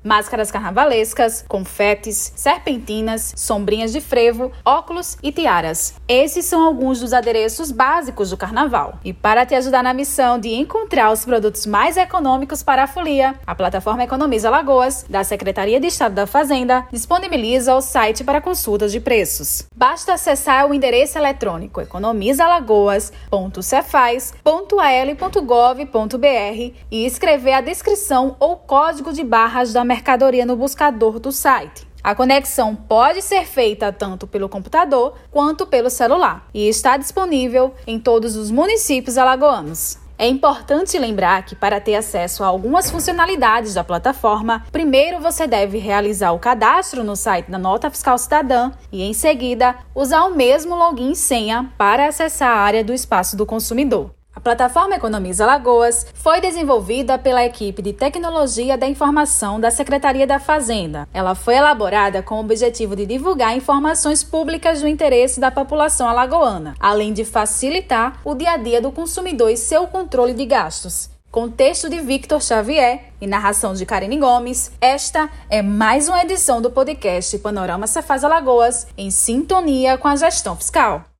máscaras carnavalescas, confetes, serpentinas, sombrinhas de frevo, óculos e tiaras. Esses são alguns dos adereços básicos do carnaval. E para te ajudar na missão de encontrar os produtos mais econômicos para a folia, a plataforma Economiza Alagoas, da Secretaria de Estado da Fazenda, disponibiliza o site para consultas de preços. Basta acessar o endereço eletrônico economizalagoas.cefaz.al.gov.br e escrever a descrição ou código de barras da mercadoria no buscador do site. A conexão pode ser feita tanto pelo computador quanto pelo celular e está disponível em todos os municípios alagoanos. É importante lembrar que para ter acesso a algumas funcionalidades da plataforma, primeiro você deve realizar o cadastro no site da Nota Fiscal Cidadã e, em seguida, usar o mesmo login e senha para acessar a área do espaço do consumidor. A plataforma Economiza Alagoas foi desenvolvida pela equipe de Tecnologia da Informação da Secretaria da Fazenda. Ela foi elaborada com o objetivo de divulgar informações públicas do interesse da população alagoana, além de facilitar o dia a dia do consumidor e seu controle de gastos. Com texto de Victor Xavier e narração de Karine Gomes, esta é mais uma edição do podcast Panorama Cefaz Alagoas, em sintonia com a gestão fiscal.